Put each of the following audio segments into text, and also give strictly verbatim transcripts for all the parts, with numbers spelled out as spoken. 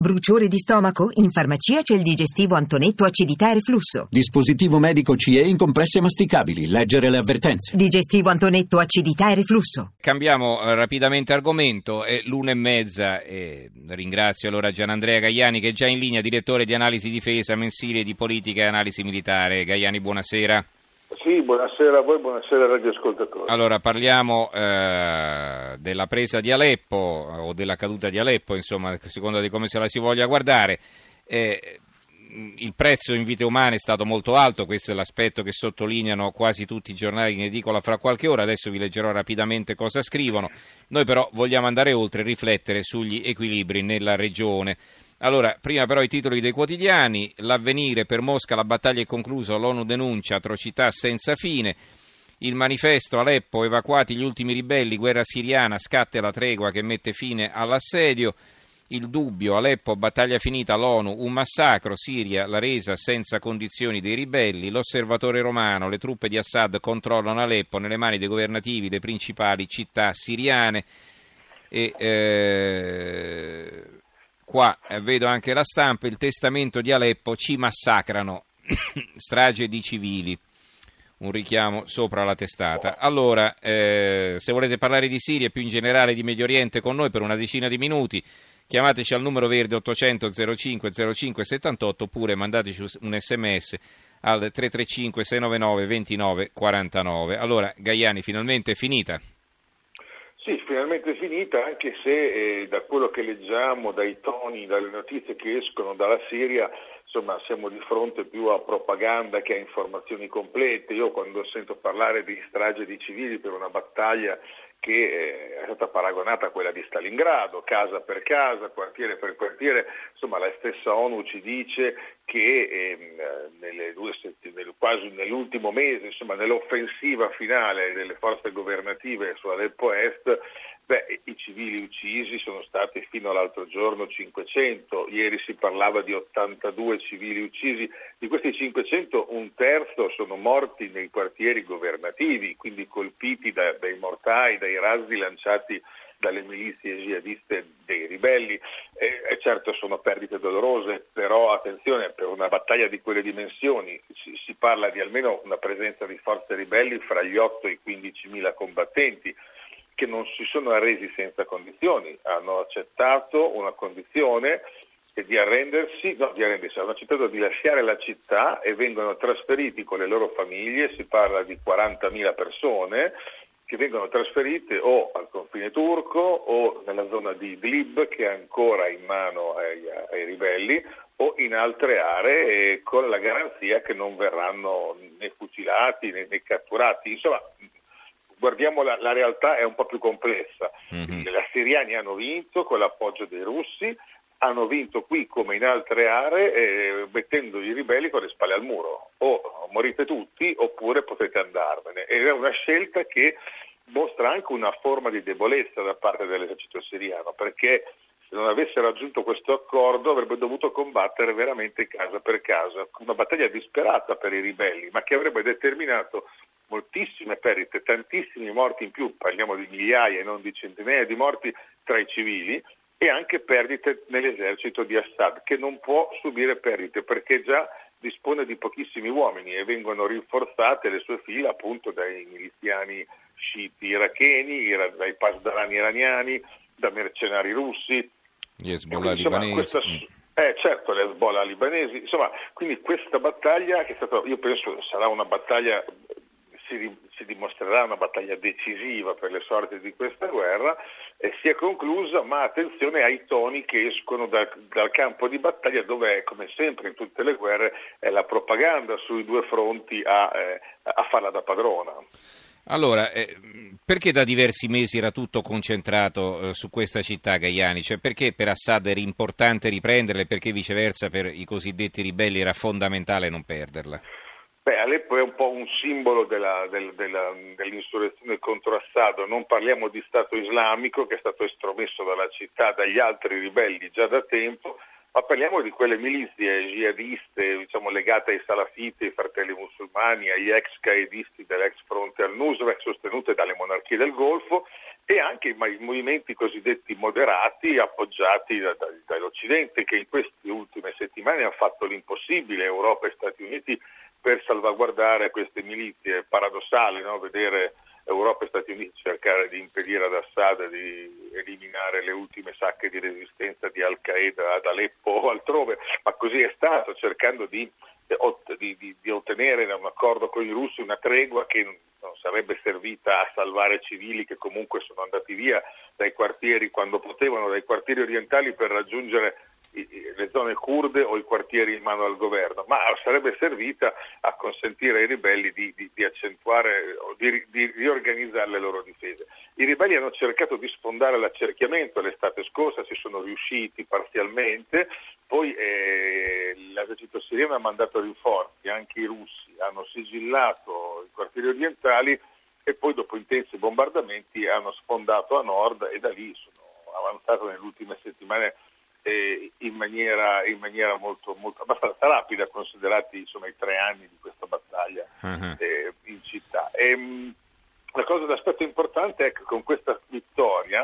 Bruciore di stomaco? In farmacia c'è il digestivo Antonetto acidità e reflusso. Dispositivo medico C E in compresse masticabili. Leggere le avvertenze. Digestivo Antonetto acidità e reflusso. Cambiamo eh, rapidamente argomento, è l'una e mezza e ringrazio allora Gianandrea Gaiani che è già in linea, direttore di analisi difesa mensile di politica e analisi militare. Gaiani, buonasera. Sì, buonasera a voi, buonasera ai radioascoltatori. Allora, parliamo eh, della presa di Aleppo o della caduta di Aleppo, insomma, a seconda di come se la si voglia guardare. Eh, il prezzo in vite umane è stato molto alto, questo è l'aspetto che sottolineano quasi tutti i giornali in edicola fra qualche ora, adesso vi leggerò rapidamente cosa scrivono. Noi però vogliamo andare oltre e riflettere sugli equilibri nella regione. Allora, prima però i titoli dei quotidiani. L'Avvenire: per Mosca la battaglia è conclusa, l'ONU denuncia atrocità senza fine. Il Manifesto: Aleppo, evacuati gli ultimi ribelli, guerra siriana, scatta la tregua che mette fine all'assedio. Il Dubbio: Aleppo, battaglia finita, l'ONU, un massacro, Siria, la resa senza condizioni dei ribelli. L'Osservatore Romano: le truppe di Assad controllano Aleppo, nelle mani dei governativi le principali città siriane. E eh... Qua eh, vedo anche La Stampa: il testamento di Aleppo, ci massacrano, strage di civili, un richiamo sopra la testata. Allora, eh, se volete parlare di Siria e più in generale di Medio Oriente con noi per una decina di minuti, chiamateci al numero verde ottocento zero cinque zero cinque settantotto oppure mandateci un sms al tre tre cinque sei nove nove due nove quattro nove. Allora, Gaiani, finalmente è finita? Sì, finalmente è finita, anche se eh, da quello che leggiamo, dai toni, dalle notizie che escono dalla Siria, insomma siamo di fronte più a propaganda che a informazioni complete. Io quando sento parlare di strage di civili per una battaglia che eh, è stata paragonata a quella di Stalingrado, casa per casa, quartiere per quartiere, insomma la stessa ONU ci dice che eh, nelle due settimane, quasi nell'ultimo mese, insomma nell'offensiva finale delle forze governative su Aleppo Est, beh, i civili uccisi sono stati fino all'altro giorno cinquecento, ieri si parlava di ottantadue civili uccisi, di questi cinquecento un terzo sono morti nei quartieri governativi, quindi colpiti da, dai mortai, dai razzi lanciati dalle milizie jihadiste dei ribelli. E, e certo sono perdite dolorose, però attenzione, per una battaglia di quelle dimensioni si, si parla di almeno una presenza di forze ribelli fra gli otto e i quindicimila combattenti, che non si sono arresi senza condizioni, hanno accettato una condizione di arrendersi, no, di arrendersi, hanno accettato di lasciare la città e vengono trasferiti con le loro famiglie, si parla di quarantamila persone che vengono trasferite o al confine turco o nella zona di Idlib, che è ancora in mano ai, ai ribelli, o in altre aree, con la garanzia che non verranno né fucilati né, né catturati. Insomma, guardiamo la, la realtà è un po' più complessa. Mm-hmm. Gli assiriani hanno vinto con l'appoggio dei russi, hanno vinto qui come in altre aree eh, mettendo i ribelli con le spalle al muro. O morite tutti oppure potete andarvene. Ed è una scelta che mostra anche una forma di debolezza da parte dell'esercito siriano, perché se non avesse raggiunto questo accordo avrebbe dovuto combattere veramente casa per casa, una battaglia disperata per i ribelli, ma che avrebbe determinato moltissime perdite, tantissimi morti in più, parliamo di migliaia e non di centinaia di morti tra i civili, e anche perdite nell'esercito di Assad, che non può subire perdite perché già dispone di pochissimi uomini e vengono rinforzate le sue fila appunto dai miliziani sciiti iracheni, dai pasdarani iraniani, da mercenari russi, gli Hezbollah libanesi. Questa, eh certo, le Hezbollah libanesi, insomma, quindi questa battaglia che è stata, io penso sarà una battaglia, si, si dimostrerà una battaglia decisiva per le sorti di questa guerra, e si è conclusa, ma attenzione ai toni che escono da, dal campo di battaglia, dove come sempre in tutte le guerre è la propaganda sui due fronti a, eh, a farla da padrona. Allora, eh, perché da diversi mesi era tutto concentrato eh, su questa città, Gaiani? Cioè, perché per Assad era importante riprenderla e perché viceversa per i cosiddetti ribelli era fondamentale non perderla? Beh, Aleppo è un po' un simbolo della, del, della, dell'insurrezione contro Assad, non parliamo di Stato islamico che è stato estromesso dalla città dagli altri ribelli già da tempo, ma parliamo di quelle milizie jihadiste, diciamo, legate ai salafiti, ai fratelli musulmani, agli ex qaedisti dell'ex fronte al-Nusra, sostenute dalle monarchie del Golfo, e anche i movimenti cosiddetti moderati appoggiati da, da, dall'Occidente, che in queste ultime settimane hanno fatto l'impossibile, Europa e Stati Uniti, per salvaguardare queste milizie. È paradossale, no? Vedere Europa e Stati Uniti cercare di impedire ad Assad di eliminare le ultime sacche di resistenza di Al-Qaeda ad Aleppo o altrove, ma così è stato, cercando di, di, di, di ottenere da un accordo con i russi una tregua che non, non sarebbe servita a salvare civili che comunque sono andati via dai quartieri quando potevano, dai quartieri orientali per raggiungere le zone kurde o i quartieri in mano al governo, ma sarebbe servita a consentire ai ribelli di, di, di accentuare o di, di riorganizzare le loro difese. I ribelli hanno cercato di sfondare l'accerchiamento l'estate scorsa, ci sono riusciti parzialmente, poi eh, l'esercito siriano ha mandato rinforzi, anche i russi hanno sigillato i quartieri orientali e poi dopo intensi bombardamenti hanno sfondato a nord e da lì sono avanzato nelle ultime settimane Eh, in maniera in maniera molto, molto abbastanza rapida, considerati insomma i tre anni di questa battaglia uh-huh. eh, in città. E, mh, la cosa l'aspetto importante è che con questa vittoria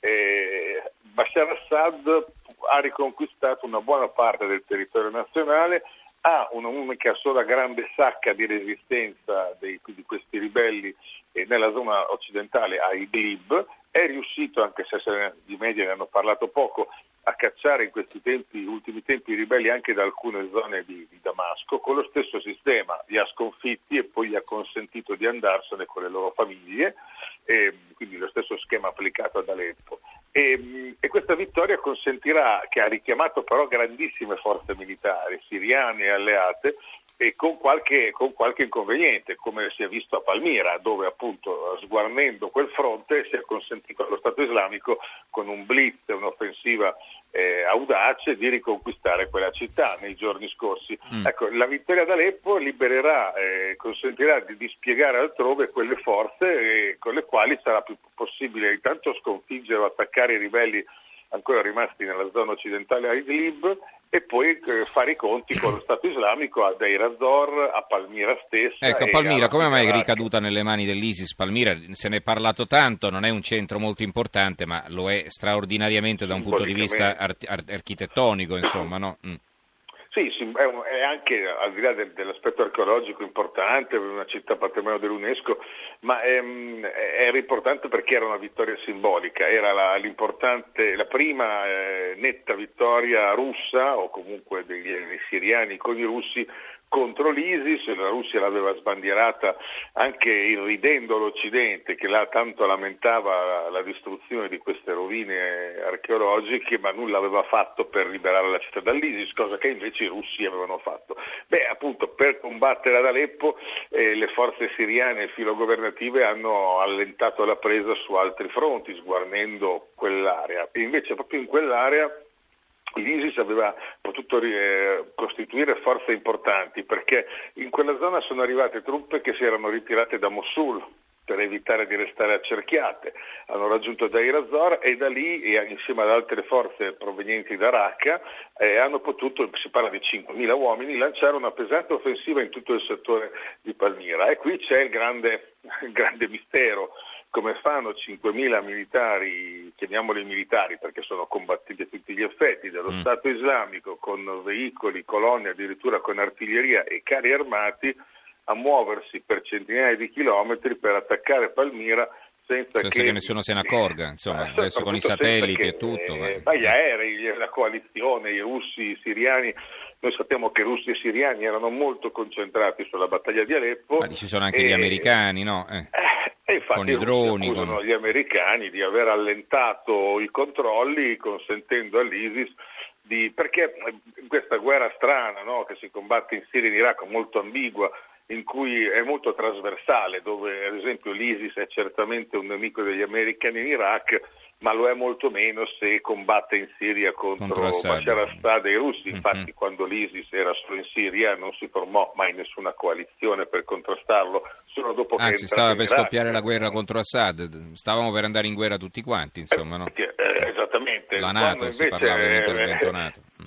eh, Bashar Assad ha riconquistato una buona parte del territorio nazionale, ha un'unica sola grande sacca di resistenza dei, di questi ribelli eh, nella zona occidentale a Idlib, è riuscito, anche se di media ne hanno parlato poco, a cacciare in questi tempi, ultimi tempi, i ribelli anche da alcune zone di, di Damasco, con lo stesso sistema, li ha sconfitti e poi gli ha consentito di andarsene con le loro famiglie, e quindi lo stesso schema applicato ad Aleppo. E, e questa vittoria consentirà, che ha richiamato però grandissime forze militari siriane e alleate, e con qualche, con qualche inconveniente, come si è visto a Palmira, dove appunto sguarnendo quel fronte si è consentito allo Stato Islamico, con un blitz, un'offensiva eh, audace, di riconquistare quella città nei giorni scorsi. Mm. Ecco, la vittoria ad Aleppo libererà, eh, consentirà di dispiegare altrove quelle forze eh, con le quali sarà più possibile intanto sconfiggere o attaccare i ribelli ancora rimasti nella zona occidentale a Idlib, e poi eh, fare i conti con lo Stato Islamico a Deir ez-Zor, a Palmira stessa. Ecco, Palmira, come mai è ricaduta nelle mani dell'ISIS? Palmira, se ne è parlato tanto, non è un centro molto importante, ma lo è straordinariamente da un punto di vista ar- ar- architettonico, insomma, no? Mm. Sì, sì, è, un, è anche, al di là del, dell'aspetto archeologico importante, una città patrimonio dell'UNESCO, ma è, era importante perché era una vittoria simbolica, era la, l'importante, la prima eh, netta vittoria russa, o comunque degli, dei siriani con i russi, contro l'ISIS. La Russia l'aveva sbandierata anche irridendo l'Occidente, che là tanto lamentava la distruzione di queste rovine archeologiche, ma nulla aveva fatto per liberare la città dall'ISIS, cosa che invece i russi avevano fatto. Beh, appunto, per combattere ad Aleppo eh, le forze siriane e filogovernative hanno allentato la presa su altri fronti, sguarnendo quell'area. E invece proprio in quell'area l'ISIS aveva potuto eh, costituire forze importanti, perché in quella zona sono arrivate truppe che si erano ritirate da Mosul per evitare di restare accerchiate, hanno raggiunto Deir ez-Zor e da lì, e insieme ad altre forze provenienti da Raqqa, eh, hanno potuto, si parla di cinquemila uomini, lanciare una pesante offensiva in tutto il settore di Palmira. E qui c'è il grande, il grande mistero. Come fanno cinquemila militari, chiamiamoli militari perché sono combattenti a tutti gli effetti, dello mm. Stato Islamico, con veicoli, colonne, addirittura con artiglieria e carri armati, a muoversi per centinaia di chilometri per attaccare Palmira senza, senza che, che nessuno se ne accorga, insomma, eh, adesso con i satelliti che, e tutto. Eh, ma gli aerei, la coalizione, i russi, i siriani, noi sappiamo che russi e siriani erano molto concentrati sulla battaglia di Aleppo. Ma ci sono anche e, gli americani, no? Eh. E infatti con i droni, accusano con... gli americani di aver allentato i controlli, consentendo all'ISIS di... perché in questa guerra strana, no, che si combatte in Siria e in Iraq, molto ambigua, in cui è molto trasversale, dove ad esempio l'ISIS è certamente un nemico degli americani in Iraq, ma lo è molto meno se combatte in Siria contro, contro Assad. Bashar Assad e i russi. Infatti mm-hmm. quando l'ISIS era solo in Siria non si formò mai nessuna coalizione per contrastarlo, solo dopo che Anzi, stava per scoppiare la guerra contro Assad, stavamo per andare in guerra tutti quanti, insomma, no? Eh, esattamente. La NATO, si parlava dell'intervento NATO.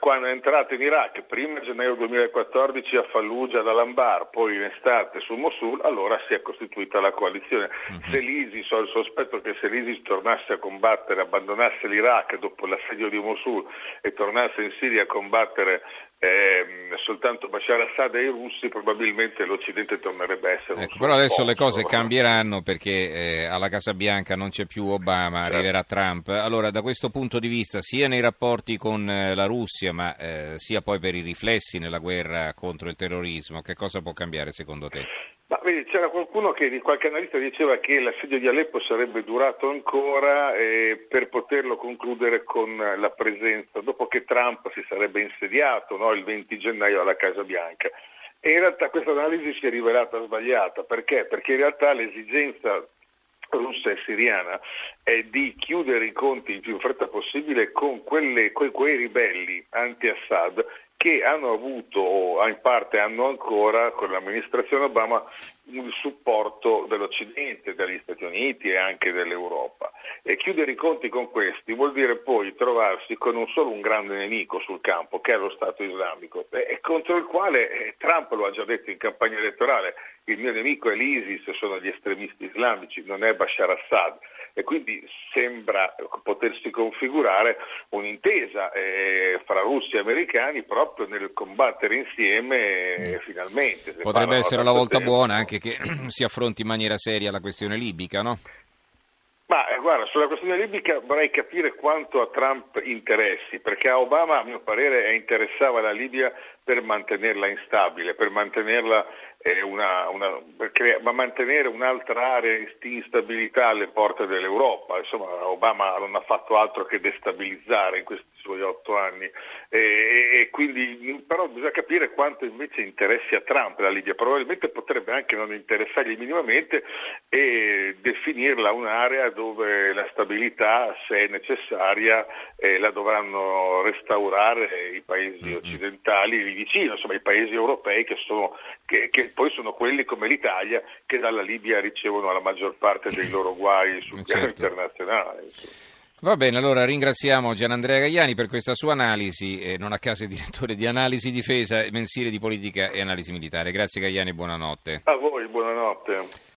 quando è entrata in Iraq, prima a gennaio duemilaquattordici a Fallujah ad Al-Anbar, poi in estate su Mosul, allora si è costituita la coalizione. Uh-huh. Se l'ISIS, ho il sospetto che se l'ISIS tornasse a combattere, abbandonasse l'Iraq dopo l'assedio di Mosul e tornasse in Siria a combattere eh, soltanto Bashar Assad e i russi, probabilmente l'Occidente tornerebbe a essere ecco, un però adesso posto, le cose no? cambieranno perché eh, alla Casa Bianca non c'è più Obama, certo. Arriverà Trump. Allora, da questo punto di vista, sia nei rapporti con eh, la Russia, ma eh, sia poi per i riflessi nella guerra contro il terrorismo, che cosa può cambiare secondo te? Ma vedi, c'era qualcuno che, qualche analista diceva che l'assedio di Aleppo sarebbe durato ancora eh, per poterlo concludere con la presenza, dopo che Trump si sarebbe insediato, no, il venti gennaio alla Casa Bianca. E in realtà questa analisi si è rivelata sbagliata. Perché? Perché in realtà l'esigenza russa e siriana è di chiudere i conti il più in fretta possibile con quelle, quei, quei ribelli anti-Assad che hanno avuto, o in parte hanno ancora, con l'amministrazione Obama, il supporto dell'Occidente, degli Stati Uniti e anche dell'Europa. E chiudere i conti con questi vuol dire poi trovarsi con non solo un grande nemico sul campo, che è lo Stato islamico, e contro il quale eh, Trump lo ha già detto in campagna elettorale: il mio nemico è l'ISIS, sono gli estremisti islamici, non è Bashar Assad. E quindi sembra potersi configurare un'intesa eh, fra russi e americani proprio nel combattere insieme eh, finalmente. Potrebbe essere la volta tempo. buona anche che si affronti in maniera seria la questione libica, no? Ma eh, guarda, sulla questione libica vorrei capire quanto a Trump interessi, perché a Obama, a mio parere, interessava la Libia per mantenerla instabile, per mantenerla eh, una, una per crea- ma mantenere un'altra area di instabilità alle porte dell'Europa. Insomma, Obama non ha fatto altro che destabilizzare in questi suoi otto anni e, e quindi però bisogna capire quanto invece interessi a Trump la Libia. Probabilmente potrebbe anche non interessargli minimamente e definirla un'area dove la stabilità, se è necessaria, eh, la dovranno restaurare i paesi occidentali lì vicino, insomma i paesi europei che sono che, che poi sono quelli come l'Italia che dalla Libia ricevono la maggior parte dei loro guai sul piano certo. internazionale. Insomma. Va bene, allora ringraziamo Gianandrea Gaiani per questa sua analisi, eh, non a caso è direttore di Analisi Difesa, mensile di politica e analisi militare. Grazie Gaiani e buonanotte. A voi, buonanotte.